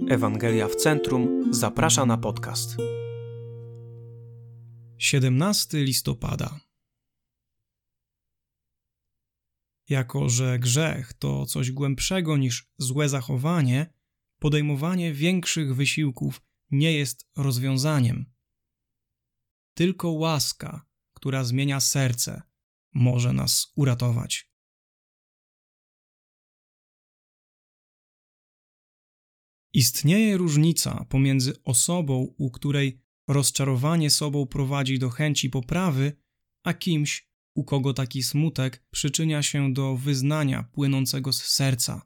Ewangelia w Centrum zaprasza na podcast. 17 listopada. Jako że grzech to coś głębszego niż złe zachowanie, podejmowanie większych wysiłków nie jest rozwiązaniem. Tylko łaska, która zmienia serce, może nas uratować. Istnieje różnica pomiędzy osobą, u której rozczarowanie sobą prowadzi do chęci poprawy, a kimś, u kogo taki smutek przyczynia się do wyznania płynącego z serca.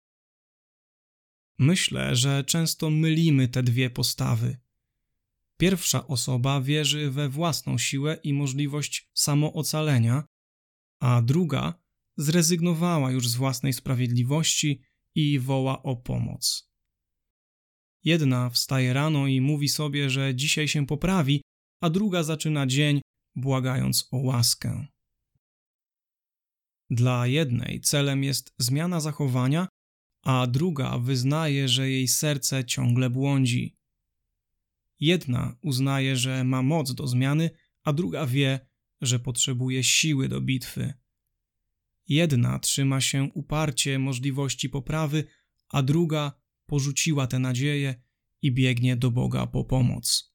Myślę, że często mylimy te dwie postawy. Pierwsza osoba wierzy we własną siłę i możliwość samoocalenia, a druga zrezygnowała już z własnej sprawiedliwości i woła o pomoc. Jedna wstaje rano i mówi sobie, że dzisiaj się poprawi, a druga zaczyna dzień, błagając o łaskę. Dla jednej celem jest zmiana zachowania, a druga wyznaje, że jej serce ciągle błądzi. Jedna uznaje, że ma moc do zmiany, a druga wie, że potrzebuje siły do bitwy. Jedna trzyma się uparcie możliwości poprawy, a druga porzuciła tę nadzieję i biegnie do Boga po pomoc.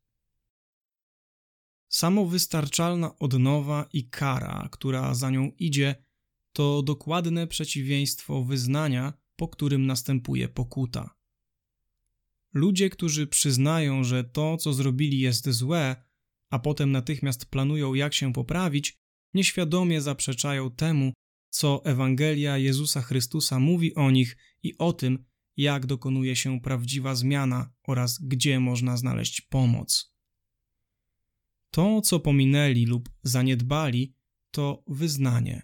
Samowystarczalna odnowa i kara, która za nią idzie, to dokładne przeciwieństwo wyznania, po którym następuje pokuta. Ludzie, którzy przyznają, że to, co zrobili, jest złe, a potem natychmiast planują, jak się poprawić, nieświadomie zaprzeczają temu, co Ewangelia Jezusa Chrystusa mówi o nich i o tym, jak dokonuje się prawdziwa zmiana oraz gdzie można znaleźć pomoc. To, co pominęli lub zaniedbali, to wyznanie.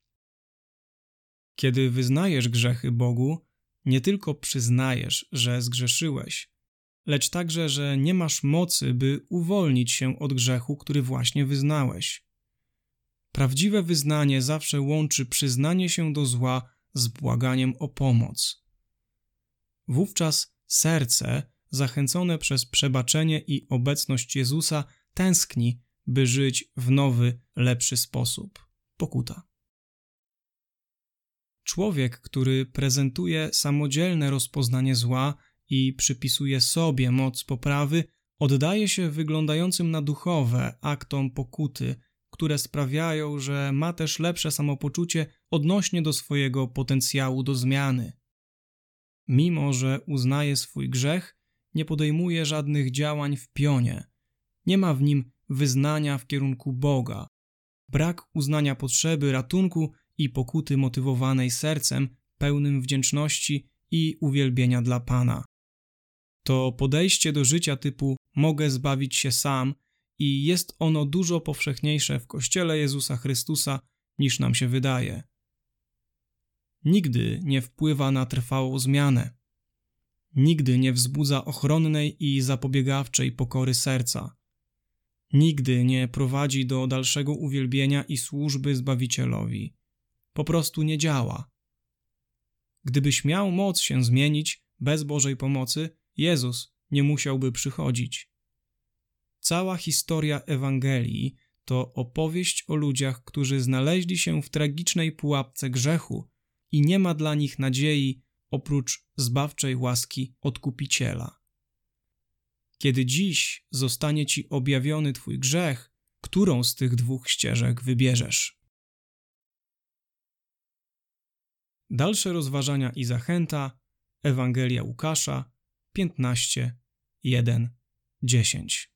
Kiedy wyznajesz grzechy Bogu, nie tylko przyznajesz, że zgrzeszyłeś, lecz także, że nie masz mocy, by uwolnić się od grzechu, który właśnie wyznałeś. Prawdziwe wyznanie zawsze łączy przyznanie się do zła z błaganiem o pomoc. Wówczas serce, zachęcone przez przebaczenie i obecność Jezusa, tęskni, by żyć w nowy, lepszy sposób. Pokuta. Człowiek, który prezentuje samodzielne rozpoznanie zła i przypisuje sobie moc poprawy, oddaje się wyglądającym na duchowe aktom pokuty, które sprawiają, że ma też lepsze samopoczucie odnośnie do swojego potencjału do zmiany. Mimo że uznaje swój grzech, nie podejmuje żadnych działań w pionie. Nie ma w nim wyznania w kierunku Boga. Brak uznania potrzeby ratunku i pokuty motywowanej sercem pełnym wdzięczności i uwielbienia dla Pana. To podejście do życia typu mogę zbawić się sam i jest ono dużo powszechniejsze w Kościele Jezusa Chrystusa niż nam się wydaje. Nigdy nie wpływa na trwałą zmianę. Nigdy nie wzbudza ochronnej i zapobiegawczej pokory serca. Nigdy nie prowadzi do dalszego uwielbienia i służby Zbawicielowi. Po prostu nie działa. Gdybyś miał moc się zmienić bez Bożej pomocy, Jezus nie musiałby przychodzić. Cała historia Ewangelii to opowieść o ludziach, którzy znaleźli się w tragicznej pułapce grzechu i nie ma dla nich nadziei oprócz zbawczej łaski Odkupiciela. Kiedy dziś zostanie ci objawiony twój grzech, którą z tych dwóch ścieżek wybierzesz? Dalsze rozważania i zachęta. Ewangelia Łukasza 15:1-10.